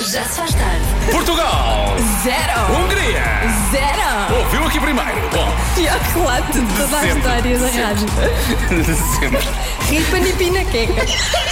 Já se faz tarde. Portugal! 0. Hungria! 0. Ouviu aqui primeiro. Bom, Pior que lá de toda a Sempre, história da sempre. rádio. sempre. Ripa Nipina Queca.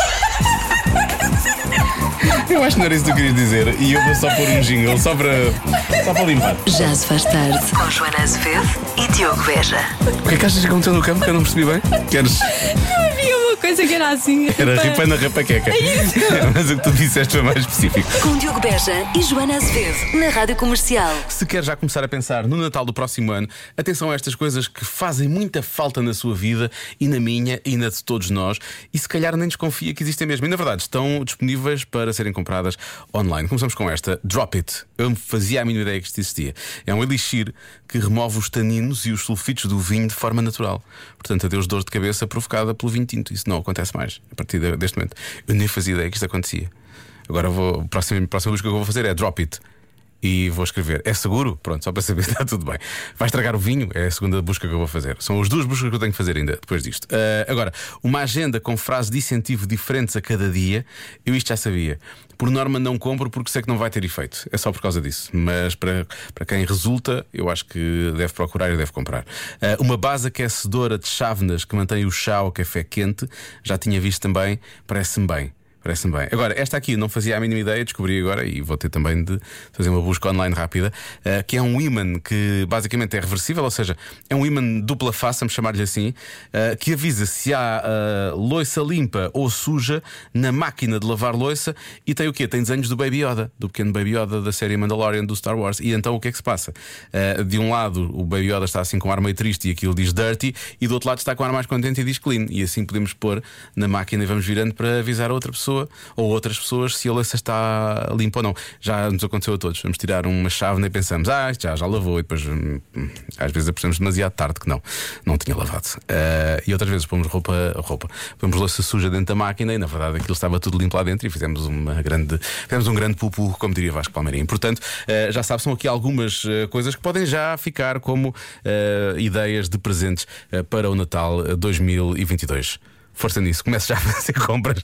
Eu acho que não era isso que tu querias dizer. E eu vou só pôr um jingle só para limpar. Já se faz tarde. Com Joana Azevedo e Diogo Beja. O que é que achas que aconteceu no campo que eu não percebi bem? Queres. Havia uma coisa que era assim. Era ripa na rapaqueca. Mas o que tu disseste foi mais específico. Com Diogo Beja e Joana Azevedo. Na Rádio Comercial. Se quer já começar a pensar no Natal do próximo ano, atenção a estas coisas que fazem muita falta na sua vida e na minha e na de todos nós, e se calhar nem desconfia que existem mesmo. E na verdade estão disponíveis para serem compradas online. Começamos com esta, Drop It. Eu não fazia a mínima ideia que isto existia. É um elixir que remove os taninos e os sulfitos do vinho de forma natural. Portanto, adeus dor de cabeça provocada pelo vinho tinto. Isso não acontece mais a partir deste momento. Eu nem fazia ideia que isto acontecia. Agora a próxima busca que eu vou fazer é Drop It. E vou escrever, é seguro? Pronto, só para saber se está tudo bem. Vai estragar o vinho? É a segunda busca que eu vou fazer. São as duas buscas que eu tenho que fazer ainda depois disto. Agora, uma agenda com frases de incentivo diferentes a cada dia. Eu isto já sabia. Por norma não compro porque sei que não vai ter efeito. É só por causa disso. Mas para quem resulta, eu acho que deve procurar e deve comprar. Uma base aquecedora de chávenas que mantém o chá ou café quente. Já tinha visto também, parece-me bem. Parece-me bem. Agora, esta aqui eu não fazia a mínima ideia, descobri agora e vou ter também de fazer uma busca online rápida, que é um ímã que basicamente é reversível, ou seja, é um ímã dupla face, vamos chamar-lhe assim, que avisa se há louça limpa ou suja na máquina de lavar louça. E tem o quê? Tem desenhos do Baby Yoda, do pequeno Baby Yoda da série Mandalorian do Star Wars. E então o que é que se passa? De um lado o Baby Yoda está assim com um ar meio triste e aquilo diz dirty, e do outro lado está com um ar mais contente e diz clean. E assim podemos pôr na máquina e vamos virando para avisar a outra pessoa ou outras pessoas se a louça está limpa ou não. Já nos aconteceu a todos. Vamos tirar uma chávena e pensamos, isto já lavou. E depois às vezes apercebemos demasiado tarde que não tinha lavado. E outras vezes pomos pomos louça suja dentro da máquina e na verdade aquilo estava tudo limpo lá dentro e fizemos um grande pupu, como diria Vasco Palmeirinho. Portanto, já sabem, são aqui algumas coisas que podem já ficar como ideias de presentes para o Natal 2022. Força nisso, comece já a fazer compras.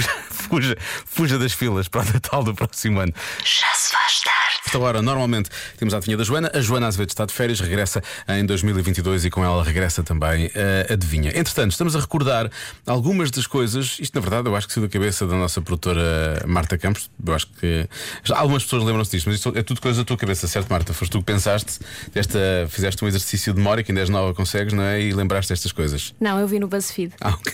Fuja das filas para o Natal do próximo ano. Já se faz tarde. Esta hora, normalmente, temos a adivinha da Joana. A Joana Azevedo está de férias, regressa em 2022 e com ela regressa também a adivinha. Entretanto, estamos a recordar algumas das coisas. Isto, na verdade, eu acho que saiu da cabeça da nossa produtora Marta Campos. Eu acho que algumas pessoas lembram-se disto, mas isto é tudo coisa da tua cabeça, certo, Marta? Foste tu que pensaste, fizeste um exercício de memória que ainda és nova, consegues, não é? E lembraste destas coisas. Não, eu vi no BuzzFeed. Ok.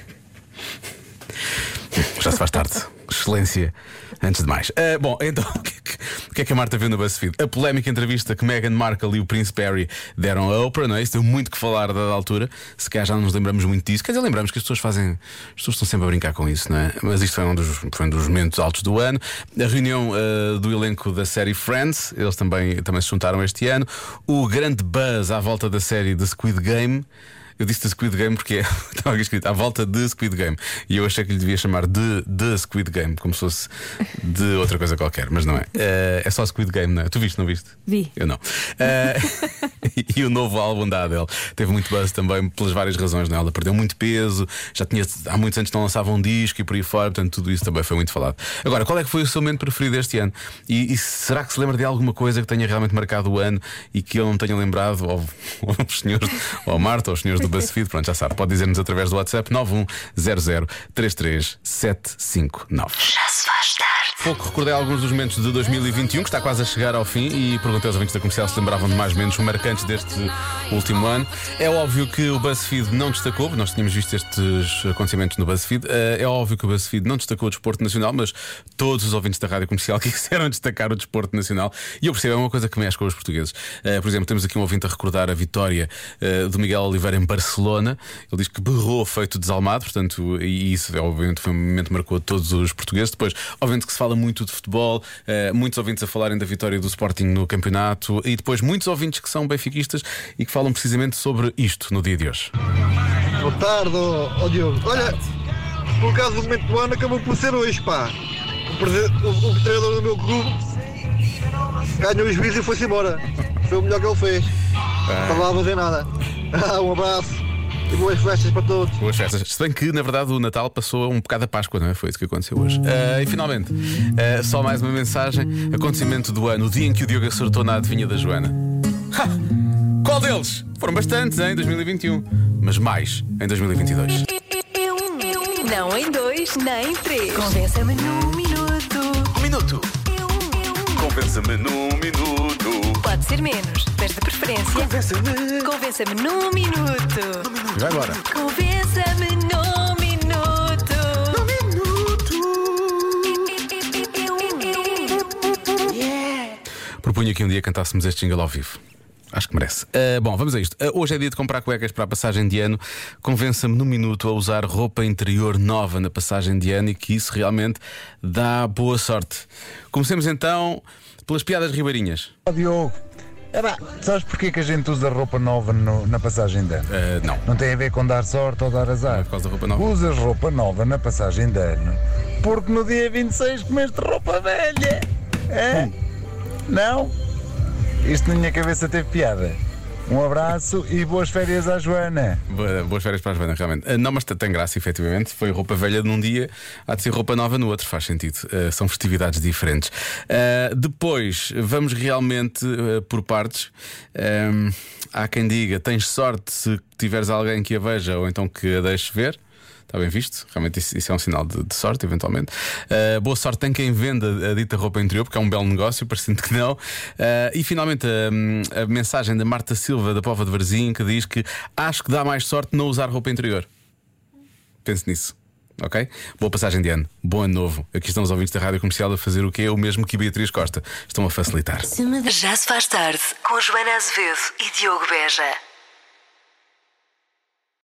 Já se faz tarde. Excelência. Antes de mais. Bom, então, o que é que a Marta viu no BuzzFeed? A polémica entrevista que Meghan Markle e o Príncipe Harry deram a Oprah, não é? Isso deu muito que falar da altura. Se calhar já não nos lembramos muito disso. Quer dizer, lembramos que as pessoas estão sempre a brincar com isso, não é? Mas isto foi um dos momentos altos do ano. A reunião do elenco da série Friends, eles também se juntaram este ano. O grande buzz à volta da série The Squid Game. Eu disse The Squid Game porque estava aqui escrito à volta de Squid Game. E eu achei que lhe devia chamar de The Squid Game, como se fosse de outra coisa qualquer, mas não é. É só Squid Game, não é? Tu viste, não viste? Vi. Eu não. E o novo álbum da Adele teve muito buzz também pelas várias razões, não é? Ela perdeu muito peso, há muitos anos que não lançava um disco e por aí fora, portanto tudo isso também foi muito falado. Agora, qual é que foi o seu momento preferido este ano? E será que se lembra de alguma coisa que tenha realmente marcado o ano e que eu não tenha lembrado? Ou os senhores, ou a Marta, ou os senhores do BuzzFeed, pronto, já sabe, pode dizer-nos através do WhatsApp 910033759. Já se faz tarde. Pouco recordei alguns dos momentos de 2021 que está quase a chegar ao fim e perguntei aos ouvintes da Comercial se lembravam de mais ou menos os marcantes deste último ano. É óbvio que o BuzzFeed não destacou, nós tínhamos visto estes acontecimentos no BuzzFeed. É óbvio que o BuzzFeed não destacou o desporto nacional, mas todos os ouvintes da Rádio Comercial quiseram destacar o desporto nacional. E eu percebo, é uma coisa que mexe com os portugueses. Por exemplo, temos aqui um ouvinte a recordar a vitória do Miguel Oliveira em Barcelona. Ele diz que berrou feito desalmado, portanto, e isso obviamente foi um momento que marcou todos os portugueses. Depois, obviamente que se fala muito de futebol, muitos ouvintes a falarem da vitória do Sporting no campeonato, e depois muitos ouvintes que são benfiquistas e que falam precisamente sobre isto no dia de hoje. Boa tarde, ó Diogo. Olha, por acaso o momento do ano acabou por ser hoje, pá. O treinador do meu clube ganhou o juízo e foi-se embora. Foi o melhor que ele fez. Não estava a fazer nada. Um abraço. E boas festas para todos. Boas festas. Se bem que, na verdade, o Natal passou um bocado a Páscoa, não é? Foi isso que aconteceu hoje. E finalmente, só mais uma mensagem. Acontecimento do ano, o dia em que o Diogo acertou na adivinha da Joana. Ha! Qual deles? Foram bastantes em 2021, mas mais em 2022. Não em 2, nem em 3. Convença-me num minuto. Um minuto. Convença-me num minuto. Pode ser menos, mas de preferência. Convença-me num minuto. Vai embora. Convença-me num minuto. Propunha que um dia cantássemos este jingle ao vivo. Acho que merece. Bom, vamos a isto. Hoje é dia de comprar cuecas para a passagem de ano. Convença-me num minuto a usar roupa interior nova na passagem de ano e que isso realmente dá boa sorte. Comecemos então pelas piadas ribeirinhas. Diogo, sabes porquê que a gente usa roupa nova na passagem de ano? Não. Não tem a ver com dar sorte ou dar Não é azar. por causa da roupa nova. Usas roupa nova na passagem de ano porque no dia 26 comeste roupa velha. É? Não? Isto na minha cabeça teve piada. Um abraço e boas férias à Joana. Boas férias para a Joana, realmente. Não, mas tem graça, efetivamente. Foi roupa velha num dia, há de ser roupa nova no outro, faz sentido. São festividades diferentes. Depois, vamos realmente por partes. Há quem diga: tens sorte se tiveres alguém que a veja ou então que a deixe ver. Está bem visto? Realmente isso é um sinal de sorte, eventualmente. Boa sorte tem quem venda a dita roupa interior, porque é um belo negócio, parecendo que não. E finalmente a mensagem da Marta Silva, da Póvoa de Varzim, que diz que acho que dá mais sorte não usar roupa interior. Pense nisso. Ok? Boa passagem de ano, bom ano novo. Aqui estão os ouvintes da Rádio Comercial a fazer o que é o mesmo que Beatriz Costa. Estão a facilitar. Já se faz tarde com Joana Azevedo e Diogo Beja.